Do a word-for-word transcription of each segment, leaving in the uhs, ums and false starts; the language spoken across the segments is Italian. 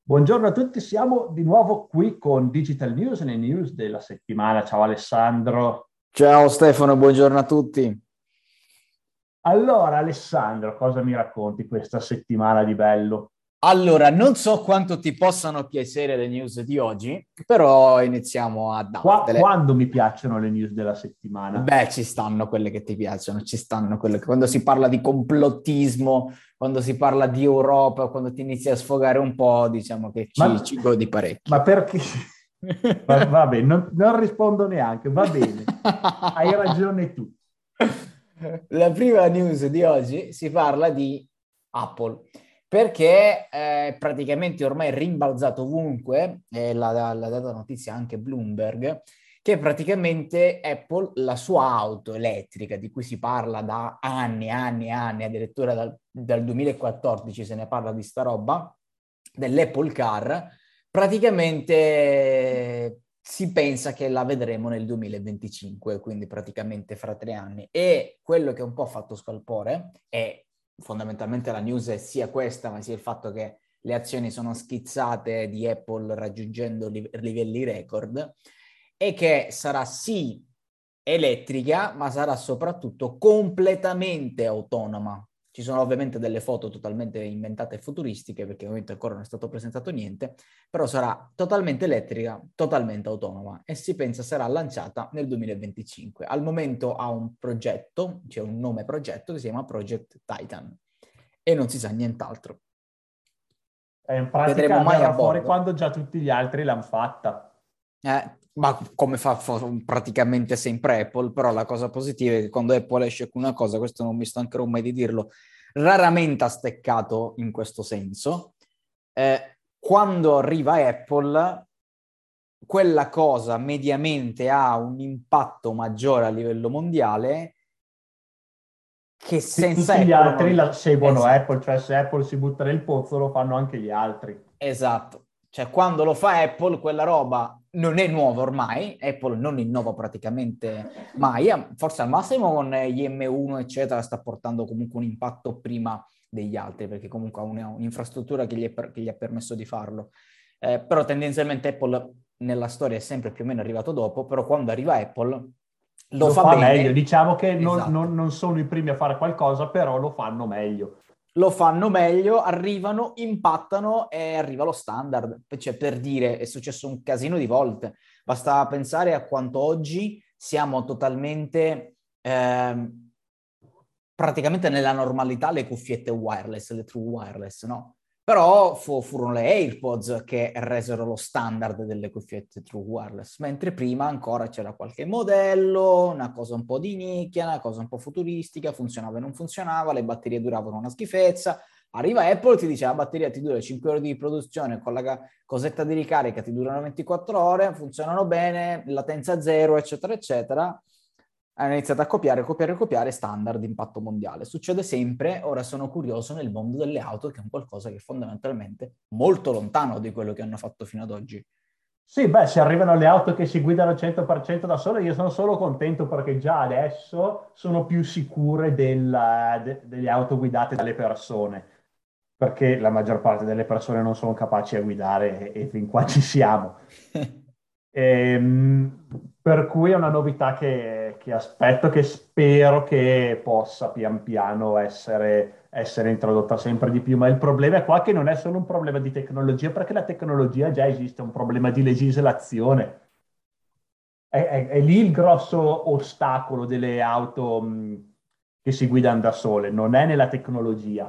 Buongiorno a tutti, siamo di nuovo qui con Digital News, le news della settimana. Ciao Alessandro. Ciao Stefano, buongiorno a tutti. Allora Alessandro, cosa mi racconti questa settimana di bello? Allora, non so quanto ti possano piacere le news di oggi, però iniziamo a Qua, dartele. quando mi piacciono le news della settimana? Beh, ci stanno quelle che ti piacciono, ci stanno quelle che quando si parla di complottismo, quando si parla di Europa, quando ti inizi a sfogare un po', diciamo che ci, Ma, ci godi ma parecchio. perché? Va, va bene, non, non rispondo neanche, va bene, hai ragione tu. La prima news di oggi si parla di Apple, perché è praticamente ormai rimbalzato ovunque, e l'ha, l'ha data notizia anche Bloomberg, che praticamente Apple, la sua auto elettrica, di cui si parla da anni, anni, anni, addirittura dal, dal duemilaquattordici se ne parla di sta roba, dell'Apple Car, praticamente si pensa che la vedremo nel duemilaventicinque, quindi praticamente fra tre anni. E quello che un po' ha fatto scalpore, e fondamentalmente la news è sia questa, ma sia il fatto che le azioni sono schizzate di Apple raggiungendo livelli record, è che sarà sì elettrica, ma sarà soprattutto completamente autonoma. Ci sono ovviamente delle foto totalmente inventate e futuristiche, perché ovviamente ancora non è stato presentato niente, però sarà totalmente elettrica, totalmente autonoma e si pensa sarà lanciata nel duemilaventicinque. Al momento ha un progetto, c'è un nome progetto che si chiama Project Titan e non si sa nient'altro. Eh, in pratica Vedremo mai a verrà fuori bordo. quando già tutti gli altri l'hanno fatta. Eh, ma come fa praticamente sempre Apple, però la cosa positiva è che quando Apple esce con una cosa, questo non mi stancherò mai di dirlo, raramente ha steccato in questo senso. Eh, quando arriva Apple, quella cosa mediamente ha un impatto maggiore a livello mondiale che Sì, senza tutti gli Apple altri non... la seguono Esatto. Apple, cioè se Apple si butta nel pozzo lo fanno anche gli altri. Esatto, cioè quando lo fa Apple quella roba non è nuova ormai, Apple non innova praticamente mai, forse al massimo con gli M uno eccetera sta portando comunque un impatto prima degli altri perché comunque ha una, un'infrastruttura che gli, per, che gli, ha permesso di farlo, eh, però tendenzialmente Apple nella storia è sempre più o meno arrivato dopo, però quando arriva Apple lo Lo fa fa meglio, bene, diciamo che non, non- esatto. non sono i primi a fare qualcosa, però lo fanno meglio. Lo fanno meglio, arrivano, impattano e arriva lo standard. Cioè, per dire, è successo un casino di volte. Basta pensare a quanto oggi siamo totalmente, ehm, praticamente nella normalità le cuffiette wireless, le true wireless, no? Però fu, furono le AirPods che resero lo standard delle cuffiette true wireless, mentre prima ancora c'era qualche modello, una cosa un po' di nicchia, una cosa un po' futuristica, funzionava e non funzionava, le batterie duravano una schifezza. Arriva Apple e ti dice la batteria ti dura cinque ore di produzione, con la cosetta di ricarica ti durano ventiquattro ore, funzionano bene, latenza zero, eccetera, eccetera. Hanno iniziato a copiare, copiare, copiare standard impatto mondiale. Succede sempre, ora sono curioso nel mondo delle auto, che è un qualcosa che è fondamentalmente molto lontano di quello che hanno fatto fino ad oggi. Sì, beh, se arrivano le auto che si guidano al cento per cento da sole, io sono solo contento perché già adesso sono più sicure del- de- delle auto guidate dalle persone, perché la maggior parte delle persone non sono capaci a guidare e, e fin qua ci siamo. Ehm, per cui è una novità che, che aspetto, che spero che possa pian piano essere, essere introdotta sempre di più. Ma il problema è qua che non è solo un problema di tecnologia, perché la tecnologia già esiste, è un problema di legislazione. È, è- è lì il grosso ostacolo delle auto, mh, che si guidano da sole, non è nella tecnologia.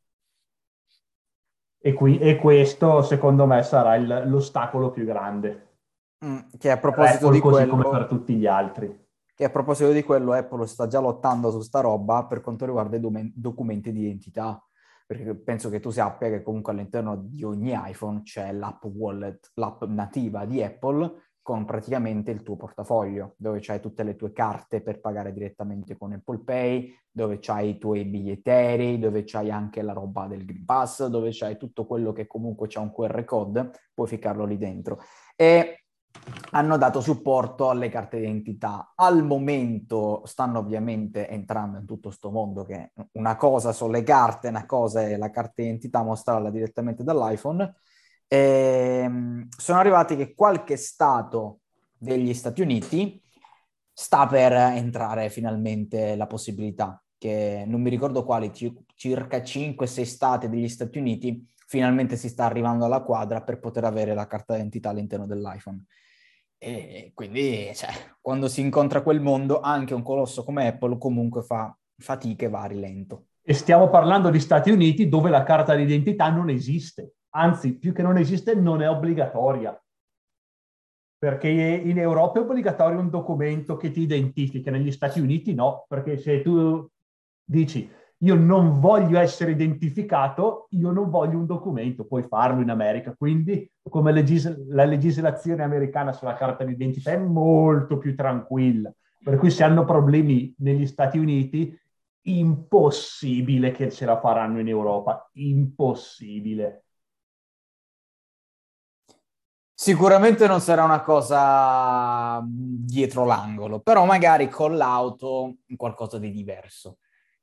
E, qui- e questo, secondo me, sarà il- l'ostacolo più grande Mm, che a per proposito Apple, di così come per quello, tutti gli altri. che a proposito di quello Apple sta già lottando su sta roba per quanto riguarda i domen- documenti di identità, perché penso che tu sappia che comunque all'interno di ogni iPhone c'è l'app Wallet, l'app nativa di Apple con praticamente il tuo portafoglio, dove c'hai tutte le tue carte per pagare direttamente con Apple Pay, dove c'hai i tuoi biglietteri, dove c'hai anche la roba del Green Pass, dove c'hai tutto quello che comunque c'ha un Q R code, puoi ficcarlo lì dentro. E hanno dato supporto alle carte d'identità. Al momento stanno ovviamente entrando in tutto questo mondo che una cosa sono le carte, una cosa è la carta d'identità, mostrarla direttamente dall'iPhone. ehm, sono arrivati che qualche stato degli Stati Uniti sta per entrare finalmente la possibilità, che non mi ricordo quali, ci- circa cinque sei stati degli Stati Uniti, finalmente si sta arrivando alla quadra per poter avere la carta d'identità all'interno dell'iPhone. E quindi, cioè, quando si incontra quel mondo, anche un colosso come Apple comunque fa fatica e va a rilento. E stiamo parlando di Stati Uniti dove la carta d'identità non esiste, anzi, più che non esiste, non è obbligatoria. Perché in Europa è obbligatorio un documento che ti identifica, negli Stati Uniti no, perché se tu dici io non voglio essere identificato, io non voglio un documento, puoi farlo in America. Quindi, come legis- la legislazione americana sulla carta d'identità è molto più tranquilla. Per cui se hanno problemi negli Stati Uniti, impossibile che ce la faranno in Europa, impossibile. Sicuramente non sarà una cosa dietro l'angolo, però magari con l'auto qualcosa di diverso.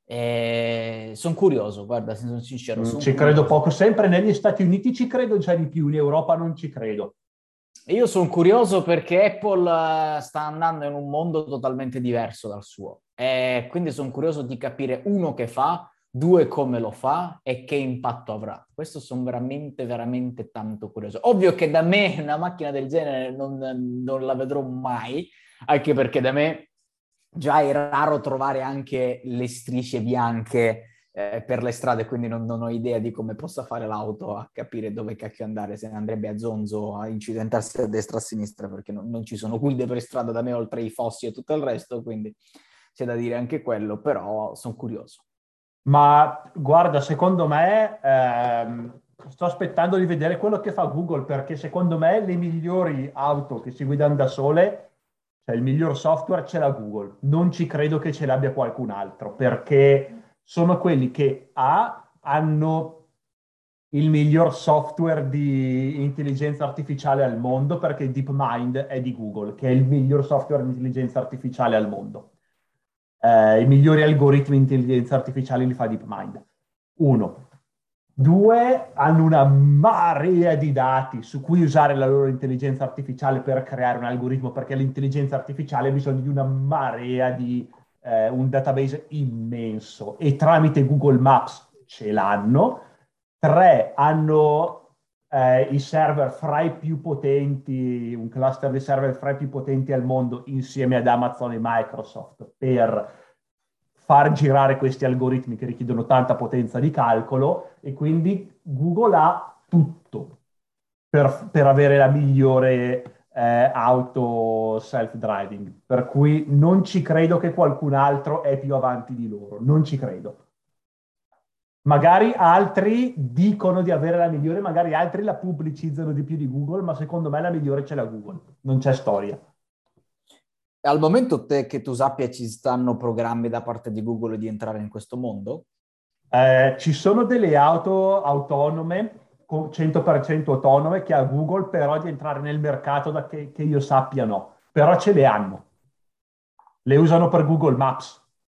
Sono curioso, guarda, se sono sincero, Mm, sono ci credo curioso. poco. Sempre negli Stati Uniti ci credo già di più, in Europa non ci credo. Io sono curioso perché Apple eh, sta andando in un mondo totalmente diverso dal suo. E quindi sono curioso di capire, uno, che fa, due, come lo fa e che impatto avrà. Questo sono veramente, veramente tanto curioso. Ovvio che da me una macchina del genere non, non la vedrò mai, anche perché da me già è raro trovare anche le strisce bianche eh, per le strade, quindi non, non ho idea di come possa fare l'auto a capire dove cacchio andare, se ne andrebbe a zonzo a incidentarsi a destra o a sinistra, perché non, non ci sono guide per strada da me oltre i fossi e tutto il resto, quindi c'è da dire anche quello, però sono curioso. Ma guarda, secondo me, ehm, sto aspettando di vedere quello che fa Google, perché secondo me le migliori auto che si guidano da sole, cioè il miglior software ce l'ha Google. Non ci credo che ce l'abbia qualcun altro, perché sono quelli che A, hanno il miglior software di intelligenza artificiale al mondo, perché DeepMind è di Google, che è il miglior software di intelligenza artificiale al mondo. Eh, I migliori algoritmi di intelligenza artificiale li fa DeepMind. Uno. Due, hanno una marea di dati su cui usare la loro intelligenza artificiale per creare un algoritmo, perché l'intelligenza artificiale ha bisogno di una marea di eh, un database immenso e tramite Google Maps ce l'hanno. Tre, hanno eh, i server fra i più potenti, un cluster di server fra i più potenti al mondo insieme ad Amazon e Microsoft per far girare questi algoritmi che richiedono tanta potenza di calcolo e quindi Google ha tutto per, per avere la migliore eh, auto self-driving, per cui non ci credo che qualcun altro è più avanti di loro, non ci credo. Magari altri dicono di avere la migliore, magari altri la pubblicizzano di più di Google, ma secondo me la migliore ce l'ha Google, non c'è storia. Al momento te che tu sappia ci stanno programmi da parte di Google di entrare in questo mondo? Eh, ci sono delle auto autonome, co- cento per cento autonome, che a Google però di entrare nel mercato da che, che io sappia no, però ce le hanno. Le usano per Google Maps,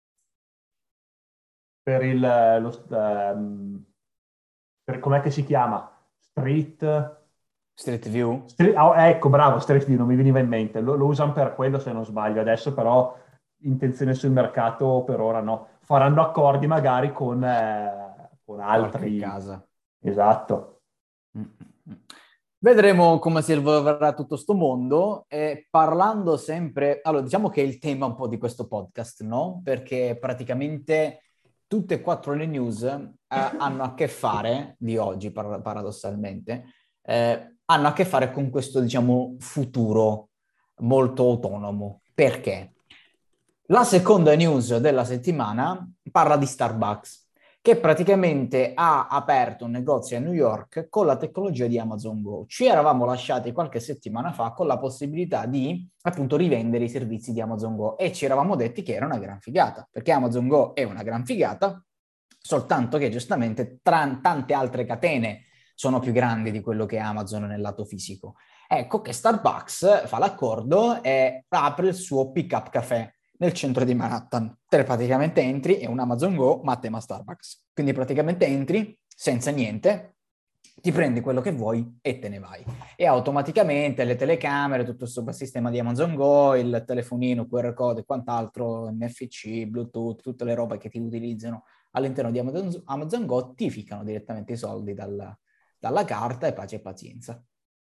per il, lo, ehm, per com'è che si chiama? Street, Street View? Street- ah, ecco, bravo, Street View, non mi veniva in mente. Lo, lo usano per quello se non sbaglio. Adesso però intenzione sul mercato per ora no. Faranno accordi magari con, eh, con Qualche altri. casa. Esatto. Mm, mm, mm. Vedremo come si evolverà tutto sto mondo e parlando sempre, allora diciamo che è il tema un po' di questo podcast, no? Perché praticamente tutte e quattro le news eh, hanno a che fare, di oggi par- paradossalmente, eh, hanno a che fare con questo, diciamo, futuro molto autonomo. Perché? La seconda news della settimana parla di Starbucks, che praticamente ha aperto un negozio a New York con la tecnologia di Amazon Go. Ci eravamo lasciati qualche settimana fa con la possibilità di appunto rivendere i servizi di Amazon Go e ci eravamo detti che era una gran figata, perché Amazon Go è una gran figata, soltanto che giustamente tra- tante altre catene sono più grandi di quello che è Amazon nel lato fisico. Ecco che Starbucks fa l'accordo e apre il suo pick-up caffè nel centro di Manhattan. Te praticamente entri, è un Amazon Go, ma a tema Starbucks. Quindi praticamente entri senza niente, ti prendi quello che vuoi e te ne vai. E automaticamente le telecamere, tutto questo sistema di Amazon Go, il telefonino, Q R code e quant'altro, N F C, Bluetooth, tutte le robe che ti utilizzano all'interno di Amazon, Amazon Go, ti ficcano direttamente i soldi dalla, dalla carta e pace e pazienza.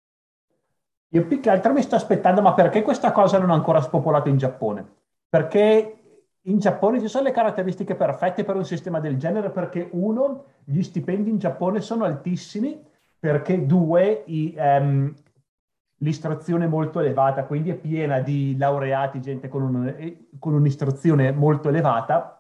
Io più che altro mi sto aspettando, ma perché questa cosa non è ancora spopolata in Giappone? Perché in Giappone ci sono le caratteristiche perfette per un sistema del genere, perché uno, gli stipendi in Giappone sono altissimi, perché due, i, ehm, l'istruzione è molto elevata, quindi è piena di laureati, gente con, un- eh, con un'istruzione molto elevata,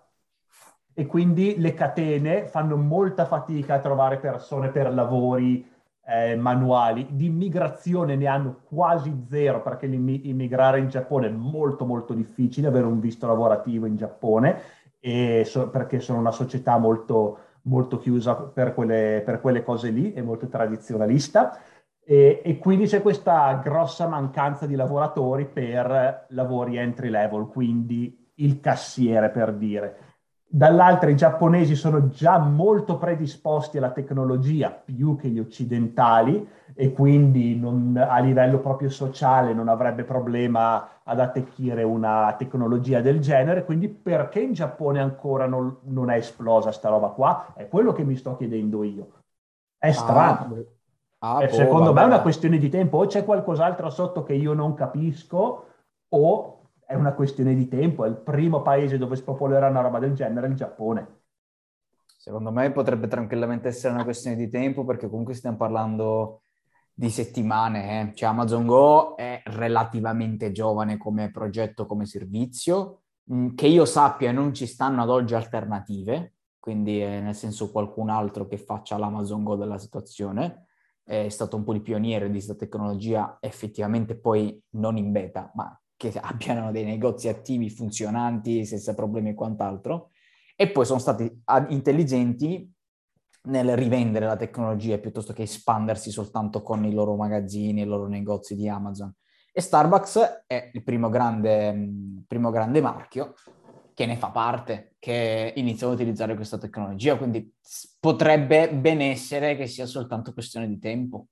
e quindi le catene fanno molta fatica a trovare persone per lavori eh, manuali. Di immigrazione ne hanno quasi zero, perché l'immi- immigrare in Giappone è molto molto difficile, avere un visto lavorativo in Giappone, e so- perché sono una società molto, molto chiusa per quelle, per quelle cose lì, e molto tradizionalista. E, e quindi c'è questa grossa mancanza di lavoratori per lavori entry level, quindi il cassiere per dire. Dall'altra i giapponesi sono già molto predisposti alla tecnologia, più che gli occidentali, e quindi non- a livello proprio sociale non avrebbe problema ad attecchire una tecnologia del genere. Quindi perché in Giappone ancora non, non è esplosa sta roba qua? È quello che mi sto chiedendo io. È Ah, strano. boh. Ah, E boh, secondo me è una vabbè. questione di tempo, o c'è qualcos'altro sotto che io non capisco, o è una questione di tempo. È il primo paese dove spopolerà una roba del genere, il Giappone. Secondo me potrebbe tranquillamente essere una questione di tempo perché comunque stiamo parlando di settimane. eh. Cioè Amazon Go è relativamente giovane come progetto, come servizio, mh, che io sappia non ci stanno ad oggi alternative, quindi eh, nel senso qualcun altro che faccia l'Amazon Go della situazione. È stato un po' il pioniere di questa tecnologia, effettivamente poi non in beta, ma che abbiano dei negozi attivi, funzionanti, senza problemi e quant'altro. E poi sono stati intelligenti nel rivendere la tecnologia piuttosto che espandersi soltanto con i loro magazzini, i loro negozi di Amazon. E Starbucks è il primo grande, primo grande marchio che ne fa parte, che inizia a utilizzare questa tecnologia, quindi potrebbe ben essere che sia soltanto questione di tempo.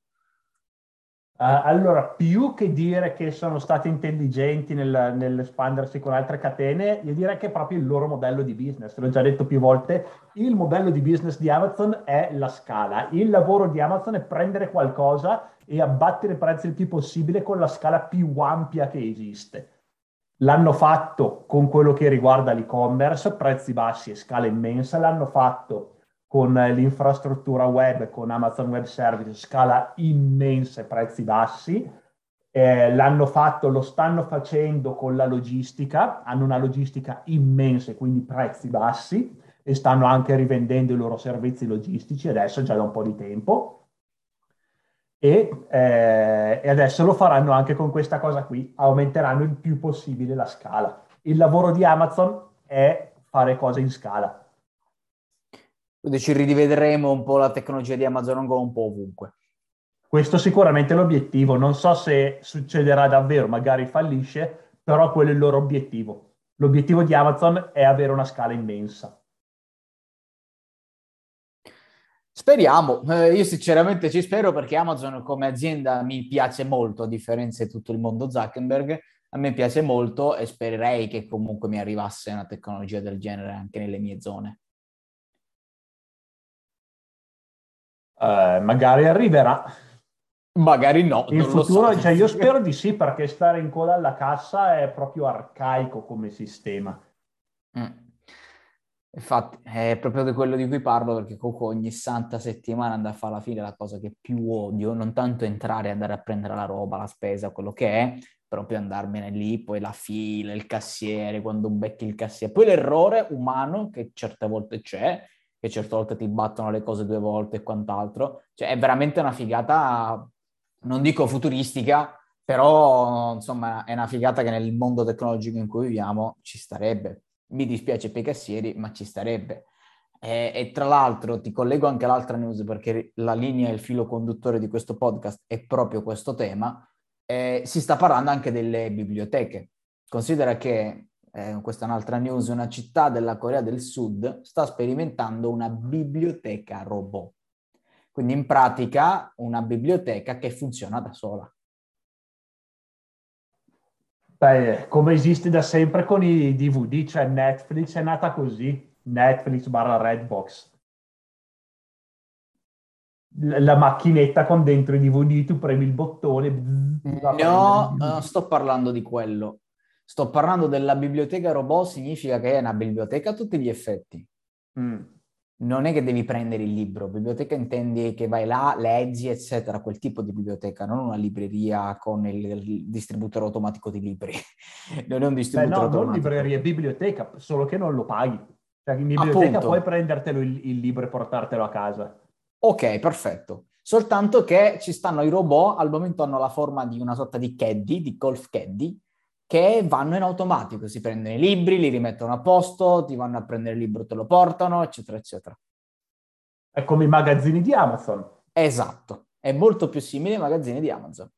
Eh, allora, più che dire che sono stati intelligenti nel- nell'espandersi con altre catene, io direi che è proprio il loro modello di business. L'ho già detto più volte, il modello di business di Amazon è la scala. Il lavoro di Amazon è prendere qualcosa e abbattere i prezzi il più possibile con la scala più ampia che esiste. L'hanno fatto con quello che riguarda l'e-commerce, prezzi bassi e scala immensa. L'hanno fatto con l'infrastruttura web, con Amazon Web Services, scala immensa e prezzi bassi. Eh, l'hanno fatto, lo stanno facendo con la logistica, hanno una logistica immensa e quindi prezzi bassi, e stanno anche rivendendo i loro servizi logistici adesso, già da un po' di tempo. E, eh, e adesso lo faranno anche con questa cosa qui, aumenteranno il più possibile la scala. Il lavoro di Amazon è fare cose in scala. Quindi ci rivedremo un po' la tecnologia di Amazon Go un po' ovunque. Questo sicuramente è l'obiettivo. Non so se succederà davvero, magari fallisce, però quello è il loro obiettivo. L'obiettivo di Amazon è avere una scala immensa. Speriamo, eh, io sinceramente ci spero perché Amazon come azienda mi piace molto, a differenza di tutto il mondo Zuckerberg, a me piace molto e spererei che comunque mi arrivasse una tecnologia del genere anche nelle mie zone. Eh, magari arriverà. Magari no, In non lo so. futuro, cioè io spero di sì, perché stare in coda alla cassa è proprio arcaico come sistema. Mm. Infatti è proprio di quello di cui parlo perché comunque ogni santa settimana andare a fare alla fine la cosa che più odio, non tanto entrare e andare a prendere la roba, la spesa, quello che è, proprio andarmene lì, poi la fila, il cassiere, quando becchi il cassiere, poi l'errore umano che certe volte c'è, che certe volte ti battono le cose due volte e quant'altro, cioè è veramente una figata, non dico futuristica, però insomma è una figata che nel mondo tecnologico in cui viviamo ci starebbe. Mi dispiace per i cassieri, ma ci starebbe. E, e tra l'altro ti collego anche all'altra news perché la linea e il filo conduttore di questo podcast è proprio questo tema. Eh, si sta parlando anche delle biblioteche. Considera che, eh, questa è un'altra news, una città della Corea del Sud sta sperimentando una biblioteca robot. Quindi in pratica una biblioteca che funziona da sola. Beh, come esiste da sempre con i D V D, cioè Netflix è nata così, Netflix barra Redbox. L- La macchinetta con dentro i D V D, tu premi il bottone, bzz, ti va a prendere il No, non D V D. sto parlando di quello. Sto parlando della biblioteca robot, significa che è una biblioteca a tutti gli effetti. Mm. Non è che devi prendere il libro, biblioteca intendi che vai là, leggi, eccetera, quel tipo di biblioteca, non una libreria con il, il distributore automatico di libri. Non è un Beh, distributore no, non automatico. libreria, biblioteca, solo che non lo paghi. Cioè, in biblioteca puoi Appunto, prendertelo il, il libro e portartelo a casa. ok, perfetto. Soltanto che ci stanno i robot, al momento hanno la forma di una sorta di caddy, di golf caddy, che vanno in automatico, si prendono i libri, li rimettono a posto, ti vanno a prendere il libro, te lo portano, eccetera, eccetera. È come i magazzini di Amazon. Esatto, è molto più simile ai magazzini di Amazon.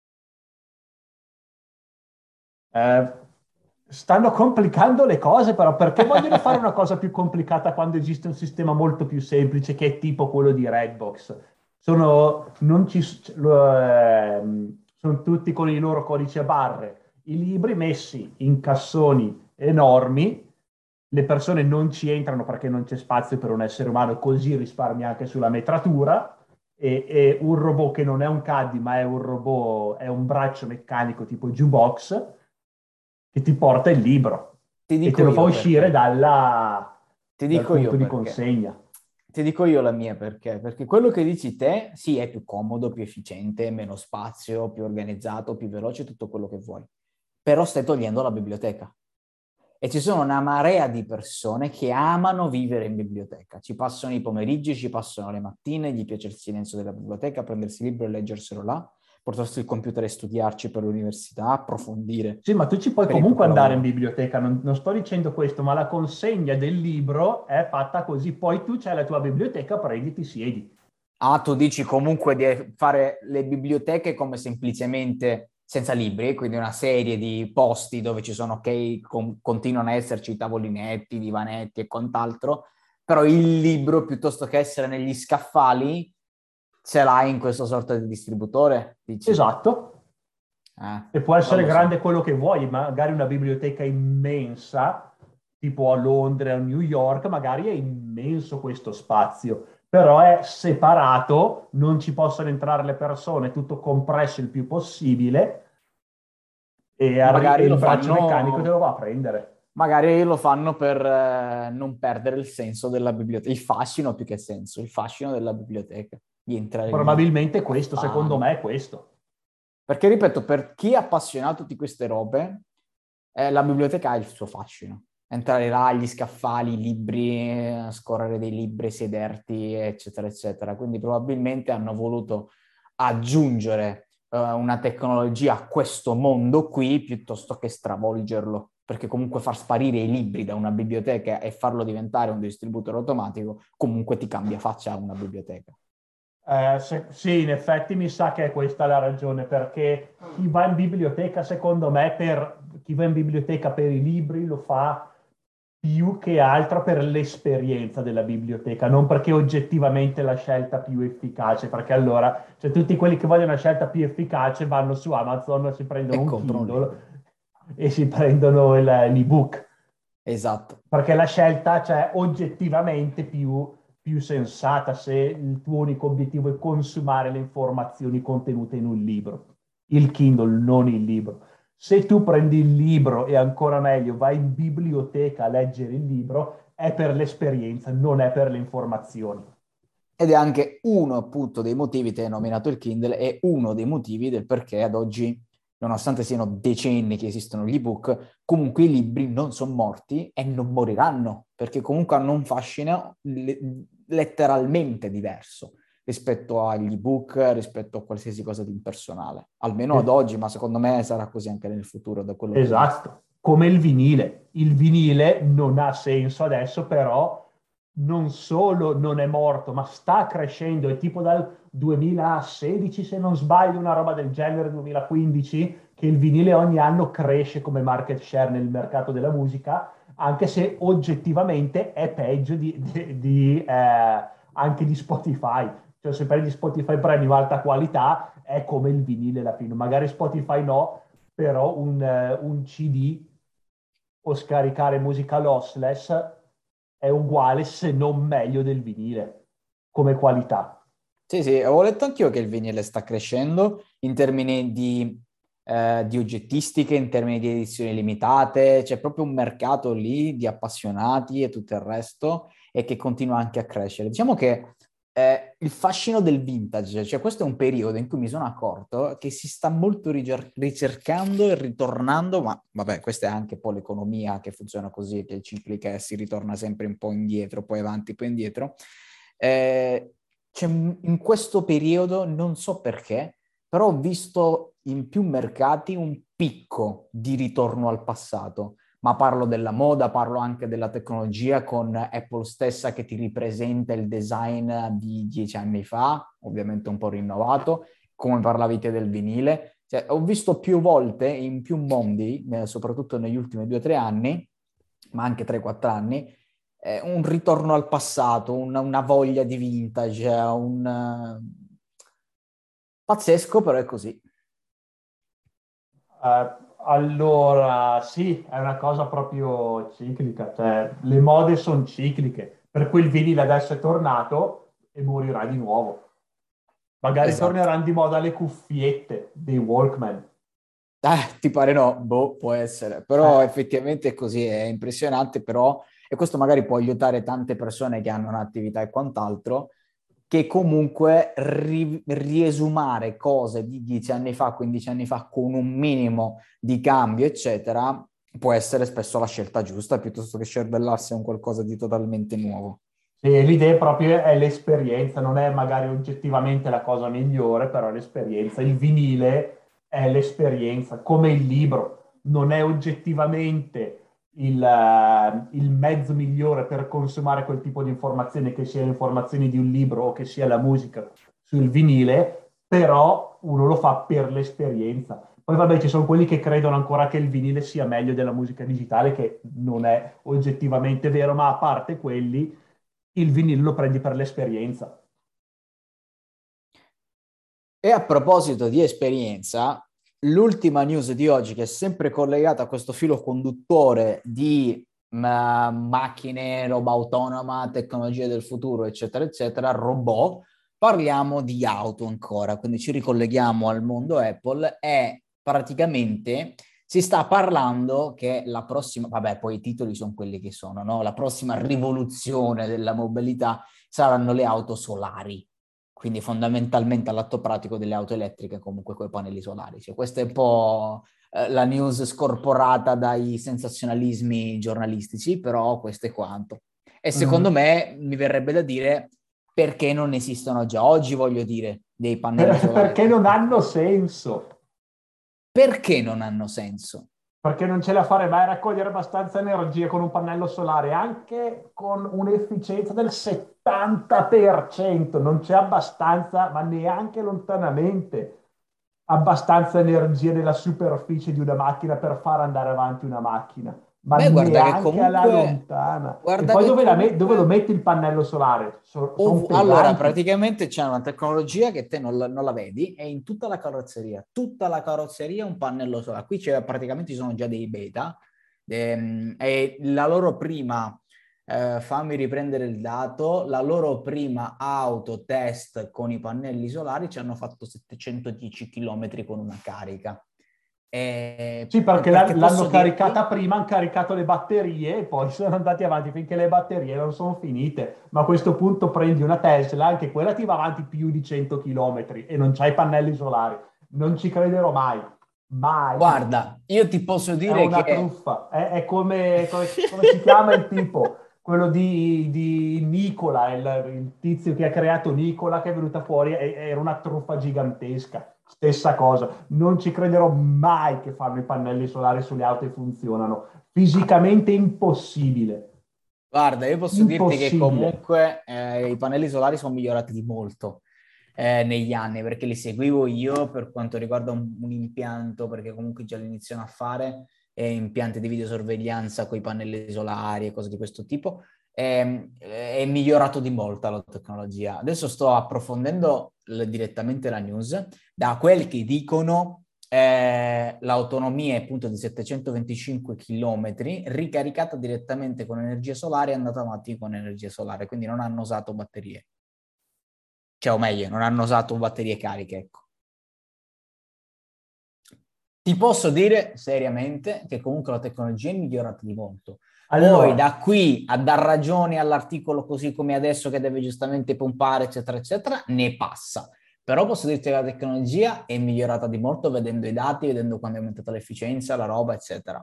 Eh, stanno complicando le cose, però perché vogliono fare una cosa più complicata quando esiste un sistema molto più semplice che è tipo quello di Redbox? Sono, non ci, lo, ehm, sono tutti con i loro codici a barre, i libri messi in cassoni enormi, le persone non ci entrano perché non c'è spazio per un essere umano, così risparmi anche sulla metratura. E, e un robot che non è un caddy, ma è un robot, è un braccio meccanico tipo jukebox che ti porta il libro Ti e te dico lo fa io uscire perché. dalla- Ti dal dico io punto di perché. consegna. Ti dico io la mia perché. Perché quello che dici te, sì, è più comodo, più efficiente, meno spazio, più organizzato, più veloce, tutto quello che vuoi. Però stai togliendo la biblioteca. E ci sono una marea di persone che amano vivere in biblioteca. Ci passano i pomeriggi, ci passano le mattine, gli piace il silenzio della biblioteca, prendersi il libro e leggerselo là, portarsi il computer e studiarci per l'università, approfondire Sì, ma tu ci puoi per il comunque proprio andare in lavoro. biblioteca, non, non sto dicendo questo, ma la consegna del libro è fatta così. Poi tu c'hai la tua biblioteca, prendi, ti siedi. Ah, tu dici comunque di fare le biblioteche come semplicemente senza libri, quindi una serie di posti dove ci sono, ok, con- continuano a esserci tavolinetti, divanetti e quant'altro, però il libro, piuttosto che essere negli scaffali, ce l'hai in questa sorta di distributore, dici? Esatto. Eh, E può non essere lo so. grande quello che vuoi, magari una biblioteca immensa, tipo a Londra, a New York, magari è immenso questo spazio, però è separato, non ci possono entrare le persone, è tutto compresso il più possibile e, arri- e Magari il lo braccio meccanico te fanno, lo va a prendere. magari lo fanno per eh, non perdere il senso della biblioteca, il fascino più che senso, il fascino della biblioteca, di entrare lì, Probabilmente questo, secondo scaffali. me, è questo. Perché, ripeto, per chi è appassionato di queste robe, eh, la biblioteca ha il suo fascino. Entrare là, gli scaffali, i libri, eh, scorrere dei libri, sederti, eccetera, eccetera. Quindi probabilmente hanno voluto aggiungere eh, una tecnologia a questo mondo qui piuttosto che stravolgerlo. Perché comunque far sparire i libri da una biblioteca e farlo diventare un distributore automatico comunque ti cambia faccia a una biblioteca. Eh, se- sì, in effetti mi sa che è questa la ragione, perché chi va in biblioteca, secondo me, per, chi va in biblioteca per i libri lo fa più che altro per l'esperienza della biblioteca, non perché oggettivamente è la scelta più efficace, perché allora, cioè, tutti quelli che vogliono una scelta più efficace vanno su Amazon, si prendono E un comprano un libro. Kindle e si prendono il- l'ebook Esatto. perché la scelta cioè, oggettivamente più, più sensata se il tuo unico obiettivo è consumare le informazioni contenute in un libro. Il Kindle, non il libro. Se tu prendi il libro e ancora meglio vai in biblioteca a leggere il libro, è per l'esperienza, non è per le informazioni. Ed è anche uno appunto dei motivi, te hai nominato il Kindle, è uno dei motivi del perché ad oggi, nonostante siano decenni che esistono gli ebook, comunque i libri non sono morti e non moriranno, perché comunque hanno un fascino le- letteralmente diverso rispetto agli ebook, rispetto a qualsiasi cosa di impersonale. Almeno ad Eh, oggi, ma secondo me sarà così anche nel futuro, da quello che ho visto. Esatto, come il vinile. Il vinile non ha senso adesso, però non solo non è morto, ma sta crescendo. È tipo dal duemilasedici, se non sbaglio, una roba del genere, duemilaquindici, che il vinile ogni anno cresce come market share nel mercato della musica, anche se oggettivamente è peggio di, di- di, eh, anche di Spotify. cioè sui pali di Spotify Premium alta qualità, è come il vinile alla fine. Magari Spotify no, però un, eh, un C D o scaricare musica lossless è uguale, se non meglio, del vinile come qualità. Sì, sì, avevo letto anch'io che il vinile sta crescendo in termini di, eh, di oggettistiche, in termini di edizioni limitate, c'è proprio un mercato lì di appassionati e tutto il resto e che continua anche a crescere. Diciamo che eh, il fascino del vintage, cioè questo è un periodo in cui mi sono accorto che si sta molto ricer- ricercando e ritornando, ma vabbè, questa è anche poi l'economia che funziona così, che è ciclica e si ritorna sempre un po' indietro, poi avanti, poi indietro. Eh, c'è in questo periodo, non so perché, però ho visto in più mercati un picco di ritorno al passato, ma parlo della moda, parlo anche della tecnologia con Apple stessa che ti ripresenta il design di dieci anni fa, ovviamente un po' rinnovato, come parlavi te del vinile. Cioè, ho visto più volte in più mondi, eh, soprattutto negli ultimi due o tre anni, ma anche tre quattro anni, eh, un ritorno al passato, una, una voglia di vintage, un... eh, pazzesco, però è così. Eh, allora, sì, è una cosa proprio ciclica, cioè le mode sono cicliche, per cui il vinile adesso è tornato e morirà di nuovo. Magari Esatto. torneranno di moda le cuffiette dei Walkman. Eh, ti pare no? Boh, può essere. Però Eh, effettivamente è così, è impressionante, però, e questo magari può aiutare tante persone che hanno un'attività e quant'altro, che comunque ri- riesumare cose di dieci anni fa, quindici anni fa, con un minimo di cambio, eccetera, può essere spesso la scelta giusta, piuttosto che scervellarsi a un qualcosa di totalmente nuovo. sì, l'idea proprio è l'esperienza, non è magari oggettivamente la cosa migliore, però è l'esperienza. Il vinile è l'esperienza, come il libro, non è oggettivamente il, eh, il mezzo migliore per consumare quel tipo di informazioni, che sia le informazioni di un libro o che sia la musica sul vinile, però uno lo fa per l'esperienza. Poi vabbè, ci sono quelli che credono ancora che il vinile sia meglio della musica digitale, che non è oggettivamente vero, ma a parte quelli, il vinile lo prendi per l'esperienza. E a proposito di esperienza, l'ultima news di oggi, che è sempre collegata a questo filo conduttore di ma, macchine, roba autonoma, tecnologie del futuro, eccetera, eccetera, robot, parliamo di auto ancora, quindi ci ricolleghiamo al mondo Apple e praticamente si sta parlando che la prossima, vabbè, poi i titoli sono quelli che sono, no? La prossima rivoluzione della mobilità saranno le auto solari, quindi fondamentalmente all'atto pratico delle auto elettriche comunque con i pannelli solari. Cioè, questa è un po' eh, la news scorporata dai sensazionalismi giornalistici, però questo è quanto. E secondo Mm. me mi verrebbe da dire perché non esistono già oggi, voglio dire, dei pannelli Per- solari. perché non hanno senso. Perché non hanno senso? Perché non ce la fare mai a raccogliere abbastanza energia con un pannello solare, anche con un'efficienza del settanta per cento. Non c'è abbastanza, ma neanche lontanamente, abbastanza energia nella superficie di una macchina per far andare avanti una macchina, ma Beh, guarda che neanche alla comunque, lontana. E guarda poi che dove, la me- dove lo comunque metti il pannello solare? Sono Ov- allora, pesanti. praticamente c'è una tecnologia che te non la, non la vedi, è in tutta la carrozzeria, tutta la carrozzeria è un pannello solare. Qui c'è, praticamente ci sono già dei beta, ehm, e la loro prima, eh, fammi riprendere il dato, la loro prima auto test con i pannelli solari ci hanno fatto settecentodieci chilometri con una carica. E- Sì, e perché la- perché l'hanno posso caricata dirti? prima, hanno caricato le batterie e poi sono andati avanti finché le batterie non sono finite. Ma a questo punto prendi una Tesla, anche quella ti va avanti più di cento chilometri e non c'hai pannelli solari. Non ci crederò mai, mai. Guarda, io ti posso È dire una che truffa. È, è come, come- come si chiama il tipo? Quello di, di Nicola, il, il tizio che ha creato Nicola, che è venuta fuori, e- era una truffa gigantesca. Stessa cosa. Non ci crederò mai che fanno i pannelli solari sulle auto e funzionano. Fisicamente impossibile. Guarda, io posso dirti che Impossibile. comunque eh, i pannelli solari sono migliorati di molto eh, negli anni, perché li seguivo io per quanto riguarda un, un impianto, perché comunque già li iniziano a fare, eh, impianti di videosorveglianza con i pannelli solari e cose di questo tipo. è, è migliorato di molto la tecnologia. Adesso sto approfondendo l- direttamente la news. Da quel che dicono, eh, l'autonomia è appunto di settecentoventicinque chilometri, ricaricata direttamente con energia solare e andata avanti con energia solare, quindi non hanno usato batterie. Cioè, o meglio, non hanno usato batterie cariche, ecco. Ti posso dire seriamente che comunque la tecnologia è migliorata di molto. Poi Allora, da qui a dar ragione all'articolo così come adesso che deve giustamente pompare, eccetera, eccetera, ne passa. Però posso dirti che la tecnologia è migliorata di molto vedendo i dati, vedendo quando è aumentata l'efficienza, la roba, eccetera.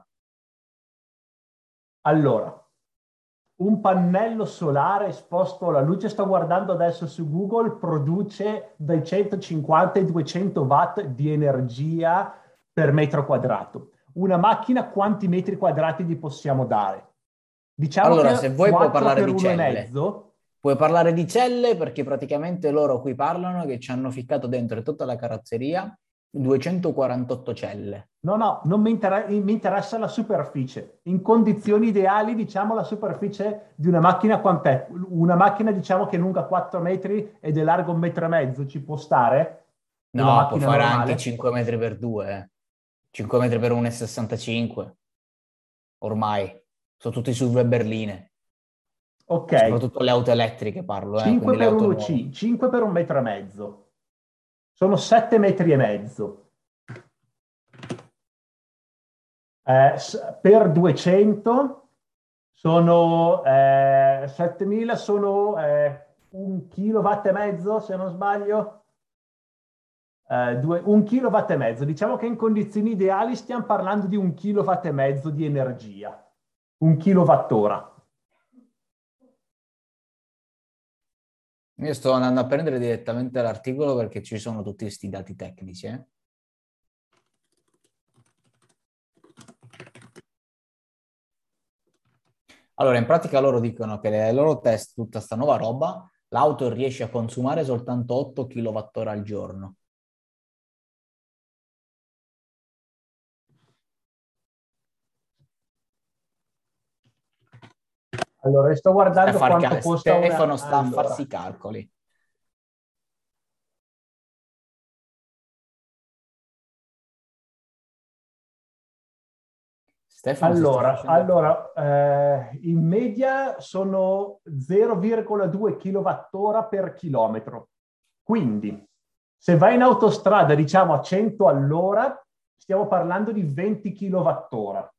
allora, un pannello solare esposto alla luce, sto guardando adesso su Google, produce dai centocinquanta ai duecento watt di energia per metro quadrato. Una macchina, quanti metri quadrati gli possiamo dare? Diciamo Allora, se che vuoi puoi quattro parlare per di uno e celle. mezzo. Puoi parlare di celle perché praticamente loro qui parlano che ci hanno ficcato dentro tutta la carrozzeria duecentoquarantotto celle. No, no, non mi, inter- mi interessa la superficie. In condizioni ideali, diciamo, la superficie di una macchina quant'è? Una macchina, diciamo, che è lunga quattro metri ed è larga un metro e mezzo, ci può stare? Una No, può macchina fare anche normale? cinque metri per due, eh. cinque metri per uno e sessantacinque, ormai. Sono tutti sulle berline. Ok, Soprattutto le auto elettriche parlo, eh, cinque quindi le per auto uno nuove. C, cinque per un metro e mezzo. Sono sette metri e mezzo. Eh, s- per duecento sono eh, settemila, sono eh, un kilowatt e mezzo, se non sbaglio. Eh, due- un kilowatt e mezzo. Diciamo che in condizioni ideali stiamo parlando di un kilowatt e mezzo di energia, un kilowattora. Io sto andando a prendere direttamente l'articolo perché ci sono tutti questi dati tecnici, eh. Allora, in pratica loro dicono che nei loro test, tutta sta nuova roba, l'auto riesce a consumare soltanto otto kilowattora al giorno. Allora, sto Stai a guardando far quanto cal- costa una. Stefano sta a farsi Allora, i calcoli. Stefano si sta allora, facendo i calcoli. allora eh, in media sono zero virgola due kilowattora per chilometro. Quindi, se vai in autostrada, diciamo a cento all'ora, stiamo parlando di venti kilowattora.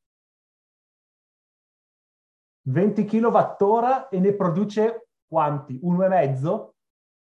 venti kilowattora e ne produce quanti? Uno e mezzo?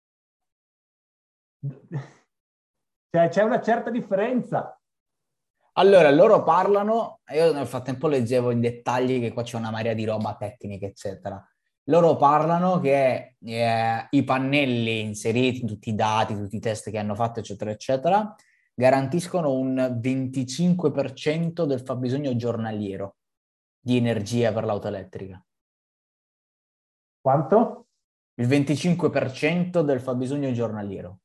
Cioè, c'è una certa differenza. Allora, loro parlano, io nel frattempo leggevo in dettagli che qua c'è una marea di roba tecnica, eccetera. Loro parlano che eh, i pannelli inseriti, tutti i dati, tutti i test che hanno fatto, eccetera, eccetera, garantiscono un venticinque per cento del fabbisogno giornaliero di energia per l'auto elettrica. Quanto? Il venticinque per cento del fabbisogno giornaliero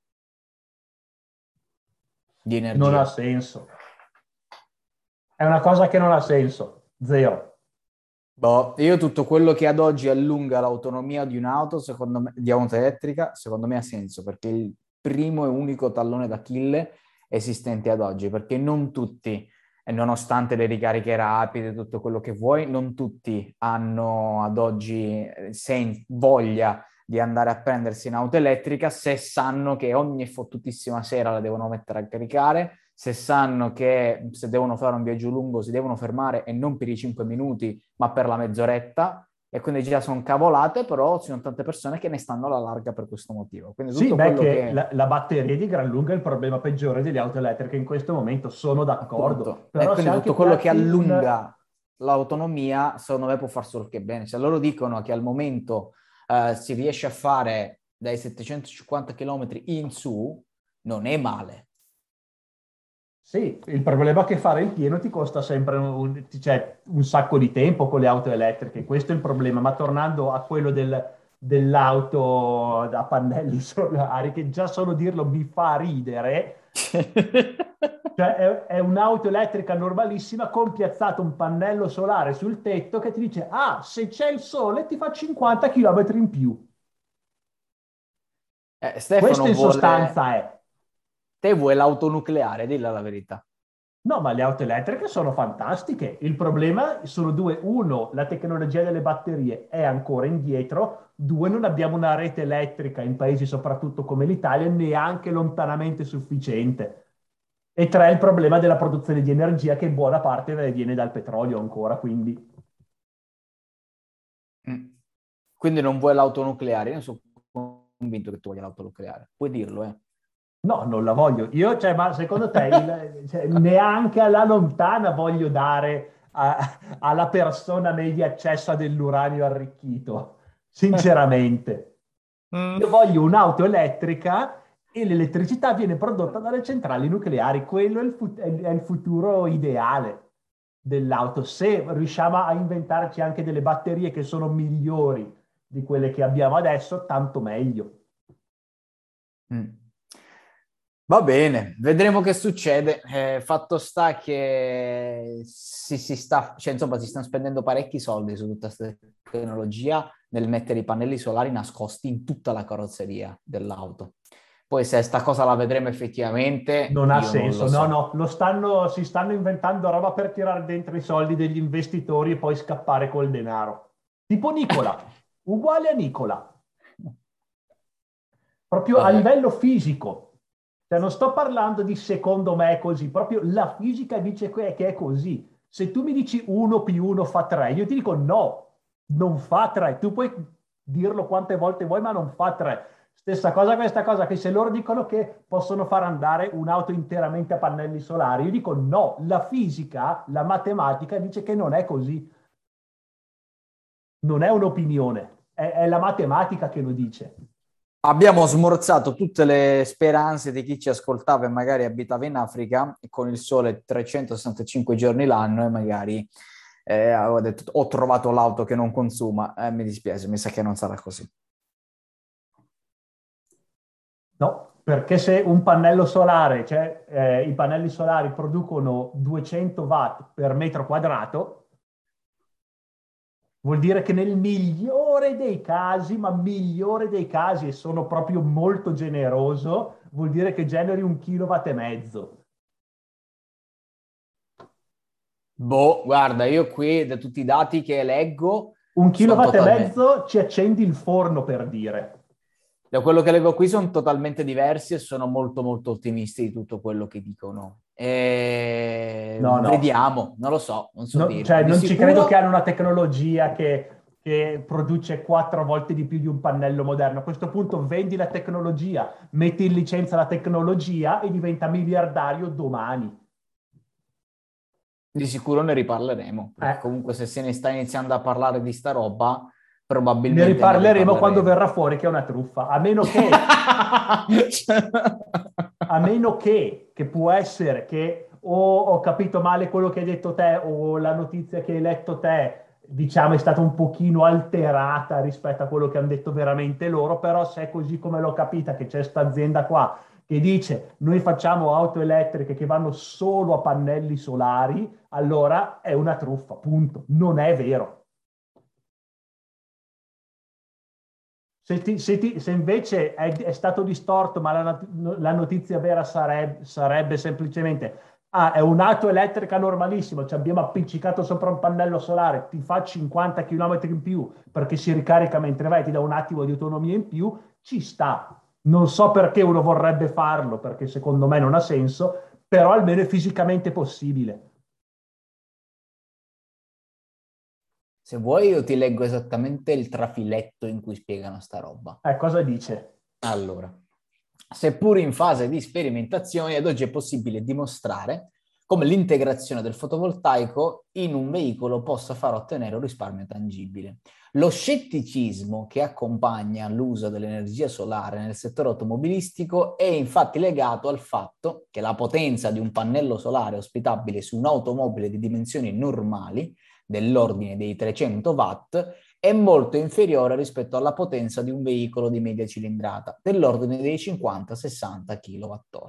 di Non ha energia. senso. È una cosa che non ha senso. Zero. Boh, io tutto quello che ad oggi allunga l'autonomia di un'auto, secondo me, di auto elettrica, secondo me ha senso, perché è il primo e unico tallone d'Achille esistente ad oggi, perché non tutti, e nonostante le ricariche rapide, tutto quello che vuoi, non tutti hanno ad oggi eh, sen- voglia di andare a prendersi un'auto elettrica se sanno che ogni fottutissima sera la devono mettere a caricare, se sanno che se devono fare un viaggio lungo si devono fermare e non per i cinque minuti, ma per la mezz'oretta, e quindi già sono cavolate, però ci sono tante persone che ne stanno alla larga per questo motivo. Quindi Sì, tutto beh, quello che che, la, la batteria di gran lunga è il problema peggiore delle auto elettriche in questo momento, sono d'accordo. appunto, e Però se quindi anche tutto quello che piazzi un. allunga l'autonomia, secondo me può far solo che bene. Se loro dicono che al momento eh, si riesce a fare dai settecentocinquanta chilometri in su, non è male. Sì, il problema è che fare il pieno ti costa sempre un, cioè, un sacco di tempo con le auto elettriche, questo è il problema. Ma tornando a quello del- dell'auto a pannelli solari, che già solo dirlo mi fa ridere, Cioè è, è un'auto elettrica normalissima con piazzato un pannello solare sul tetto che ti dice, ah, se c'è il sole ti fa cinquanta chilometri in più. Eh, Questo Stefano in vuole... sostanza è. Te vuoi l'auto nucleare, dilla la verità. No, ma le auto elettriche sono fantastiche. Il problema sono due. Uno, la tecnologia delle batterie è ancora indietro. Due, non abbiamo una rete elettrica in paesi soprattutto come l'Italia neanche lontanamente sufficiente. E tre, il problema della produzione di energia che in buona parte viene dal petrolio ancora, quindi Mm. Quindi non vuoi l'auto nucleare? Io sono convinto che tu voglia l'auto nucleare. Puoi dirlo, eh. no, non la voglio. Io, cioè, ma secondo te il- cioè, neanche alla lontana voglio dare a- alla persona media accesso a dell'uranio arricchito, sinceramente. Mm. Io voglio un'auto elettrica e l'elettricità viene prodotta dalle centrali nucleari. Quello è il, fut- è il- è il futuro ideale dell'auto. Se riusciamo a inventarci anche delle batterie che sono migliori di quelle che abbiamo adesso, tanto meglio. Mm. Va bene, vedremo che succede. Eh, fatto sta che si, si sta, cioè, insomma, si stanno spendendo parecchi soldi su tutta questa tecnologia nel mettere i pannelli solari nascosti in tutta la carrozzeria dell'auto. Poi se sta cosa la vedremo effettivamente, Non ha io non lo senso, no, so. no, lo stanno, si stanno inventando roba per tirare dentro i soldi degli investitori e poi scappare col denaro. Tipo Nicola, uguale a Nicola. Proprio a Vabbè. livello fisico. Cioè, non sto parlando di secondo me è così, proprio la fisica dice que- che è così. Se tu mi dici uno più uno fa tre, io ti dico no, non fa tre. Tu puoi dirlo quante volte vuoi, ma non fa tre. Stessa cosa questa cosa, che se loro dicono che possono far andare un'auto interamente a pannelli solari, io dico no, la fisica, la matematica dice che non è così. Non è un'opinione, è, è la matematica che lo dice. Abbiamo smorzato tutte le speranze di chi ci ascoltava e magari abitava in Africa e con il sole trecentosessantacinque giorni l'anno e magari eh, avevo detto ho trovato l'auto che non consuma. Eh, mi dispiace, mi sa che non sarà così. No, perché se un pannello solare, cioè eh, i pannelli solari producono duecento watt per metro quadrato, vuol dire che nel migliore dei casi, ma migliore dei casi, e sono proprio molto generoso, vuol dire che generi un kilowatt e mezzo. Boh, guarda, io qui da tutti i dati che leggo Un sono kilowatt e totalmente... mezzo ci accendi il forno per dire. Da quello che leggo qui sono totalmente diversi e sono molto molto ottimisti di tutto quello che dicono. E... No, no. Vediamo, non lo so, non so No, cioè, dirti. Di non ci credo che sicuro hanno una tecnologia che, che produce quattro volte di più di un pannello moderno. A questo punto vendi la tecnologia, metti in licenza la tecnologia e diventa miliardario domani. Di sicuro ne riparleremo, perché Eh, comunque se se ne sta iniziando a parlare di sta roba, ne probabilmente ne riparleremo quando riparleremo. verrà fuori che è una truffa. A meno che, a meno che, che può essere che o ho capito male quello che hai detto te o la notizia che hai letto te, diciamo, è stata un pochino alterata rispetto a quello che hanno detto veramente loro, però se è così come l'ho capita, che c'è questa azienda qua che dice noi facciamo auto elettriche che vanno solo a pannelli solari, allora è una truffa, punto. Non è vero. Se, ti- se ti- se invece è, è stato distorto, ma la, not- la notizia vera sarebbe, sarebbe semplicemente: ah, è un'auto elettrica normalissima, ci abbiamo appiccicato sopra un pannello solare, ti fa cinquanta chilometri in più perché si ricarica mentre vai, ti dà un attimo di autonomia in più, ci sta. Non so perché uno vorrebbe farlo, perché secondo me non ha senso, però almeno è fisicamente possibile. Se vuoi io ti leggo esattamente il trafiletto in cui spiegano sta roba. Eh, cosa dice? Allora, seppur in fase di sperimentazione, ad oggi è possibile dimostrare come l'integrazione del fotovoltaico in un veicolo possa far ottenere un risparmio tangibile. Lo scetticismo che accompagna l'uso dell'energia solare nel settore automobilistico è infatti legato al fatto che la potenza di un pannello solare ospitabile su un'automobile di dimensioni normali, dell'ordine dei trecento watt, è molto inferiore rispetto alla potenza di un veicolo di media cilindrata, dell'ordine dei cinquanta sessanta kWh.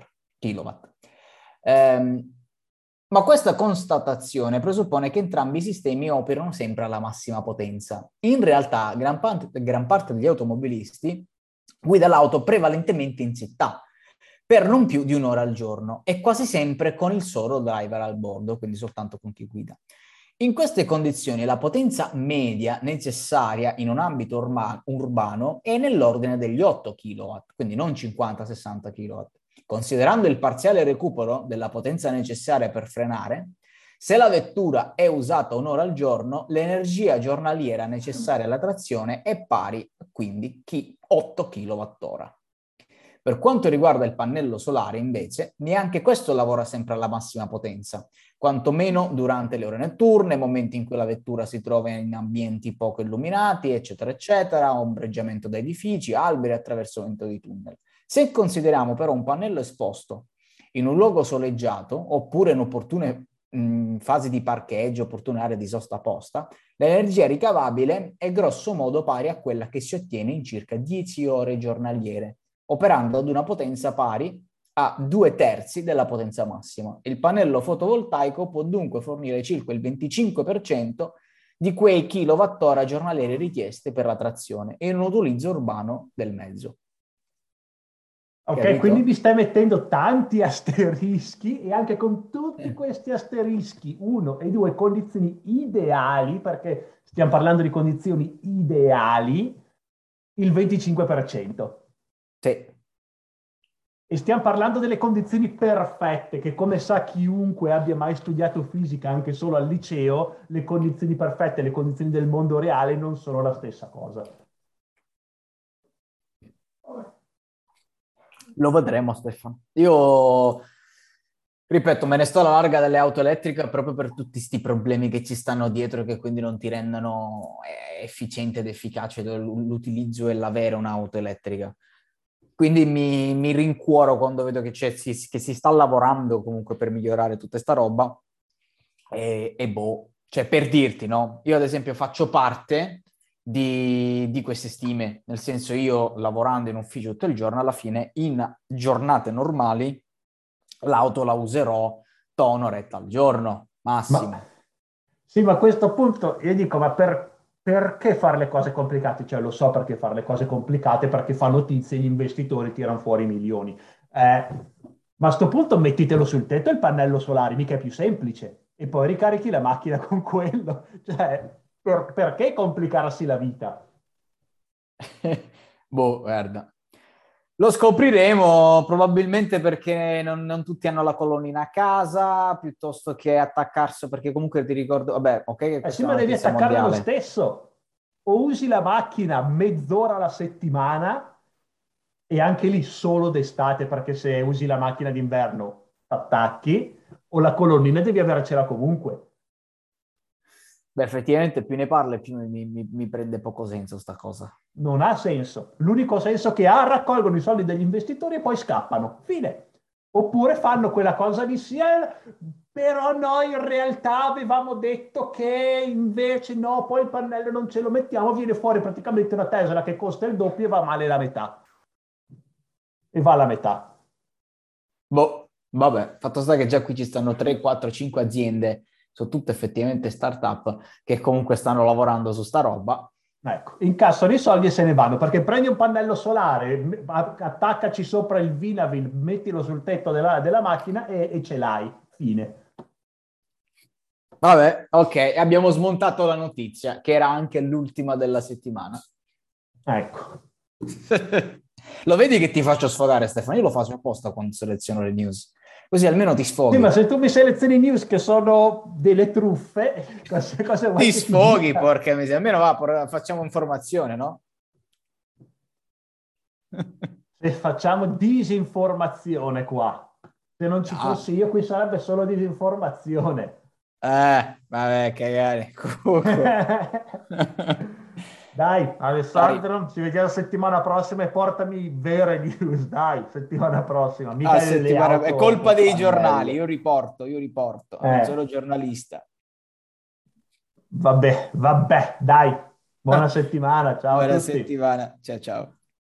kilowatt. Ehm, ma questa constatazione presuppone che entrambi i sistemi operano sempre alla massima potenza. In realtà, gran parte, gran parte degli automobilisti guida l'auto prevalentemente in città, per non più di un'ora al giorno, e quasi sempre con il solo driver al bordo, quindi soltanto con chi guida. In queste condizioni la potenza media necessaria in un ambito urma- urbano è nell'ordine degli otto kilowatt, quindi non cinquanta sessanta kilowatt. Considerando il parziale recupero della potenza necessaria per frenare, se la vettura è usata un'ora al giorno, l'energia giornaliera necessaria alla trazione è pari quindi otto kilowattora. Per quanto riguarda il pannello solare, invece, neanche questo lavora sempre alla massima potenza, quantomeno durante le ore notturne, momenti in cui la vettura si trova in ambienti poco illuminati, eccetera, eccetera, ombreggiamento da edifici, alberi, attraversamento di tunnel. Se consideriamo però un pannello esposto in un luogo soleggiato, oppure in opportune mh, fasi di parcheggio, opportune aree di sosta posta, l'energia ricavabile è grosso modo pari a quella che si ottiene in circa dieci ore giornaliere, operando ad una potenza pari a due terzi della potenza massima. Il pannello fotovoltaico può dunque fornire circa il venticinque per cento di quei kilowattora giornalieri richiesti per la trazione in un utilizzo urbano del mezzo. Ok, Capito? quindi mi stai mettendo tanti asterischi e anche con tutti questi asterischi, uno e due, condizioni ideali, perché stiamo parlando di condizioni ideali, il venticinque per cento. Sì. E stiamo parlando delle condizioni perfette, che come sa chiunque abbia mai studiato fisica anche solo al liceo, le condizioni perfette e le condizioni del mondo reale non sono la stessa cosa. Lo vedremo, Stefano. Io, ripeto, me ne sto alla larga delle auto elettriche proprio per tutti questi problemi che ci stanno dietro e che quindi non ti rendono efficiente ed efficace l'utilizzo e l'avere un'auto elettrica. Quindi mi, mi rincuoro quando vedo che, c'è, si, che si sta lavorando comunque per migliorare tutta sta roba. E, e boh, cioè per dirti, no? Io ad esempio faccio parte di, di queste stime, nel senso io lavorando in ufficio tutto il giorno, alla fine in giornate normali l'auto la userò to un'oretta al giorno, massimo. Ma sì, ma a questo punto io dico, ma per- perché fare le cose complicate? Cioè, lo so perché fare le cose complicate, perché fa notizie, gli investitori tirano fuori milioni. Eh, ma a sto punto mettitelo sul tetto il pannello solare, mica è più semplice. E poi ricarichi la macchina con quello. Cioè, per- perché complicarsi la vita? Boh, guarda. Lo scopriremo probabilmente perché non, non tutti hanno la colonnina a casa, piuttosto che attaccarsi, perché comunque ti ricordo, vabbè, ok che Eh questa sì, è ma una devi notizia attaccarla lo mondiale. stesso. O usi la macchina mezz'ora alla settimana e anche lì solo d'estate, perché se usi la macchina d'inverno attacchi, o la colonnina devi avercela comunque. Beh, effettivamente più ne parlo e più mi, mi- mi prende poco senso sta cosa. Non ha senso. L'unico senso che ha, raccolgono i soldi degli investitori e poi scappano. Fine. Oppure fanno quella cosa di sì, eh, però noi in realtà avevamo detto che invece no, poi il pannello non ce lo mettiamo, viene fuori praticamente una Tesla che costa il doppio e va male la metà. E va alla metà. Boh, vabbè, fatto sta che già qui ci stanno tre, quattro, cinque aziende, sono tutte effettivamente start-up che comunque stanno lavorando su sta roba. Ecco, incassano i soldi e se ne vanno perché prendi un pannello solare, m- a- attaccaci sopra il Vinavil, mettilo sul tetto della, della macchina e, e ce l'hai. Fine. Vabbè, ok, abbiamo smontato la notizia, che era anche l'ultima della settimana. Ecco. Lo vedi che ti faccio sfogare, Stefano? Io lo faccio apposta quando seleziono le news, così almeno ti Sì, ma sfoghi. se tu mi selezioni news che sono delle truffe, cosa, cosa vuoi Ti che ti sfoghi, dica? porca miseria. Almeno va, por- facciamo informazione, no? Se facciamo disinformazione qua. Se non ci No. fossi io, qui sarebbe solo disinformazione. Eh, vabbè, cagare. Comunque. Dai, Dai. Alessandro, ci vediamo settimana prossima e portami vere news, dai, settimana prossima, A mica le settimana. È auto colpa col dei giornali, io pannello. riporto, io riporto. Non Eh, sono giornalista. vabbè, vabbè, dai, buona settimana, ciao a Buona tutti. settimana. Ciao, ciao.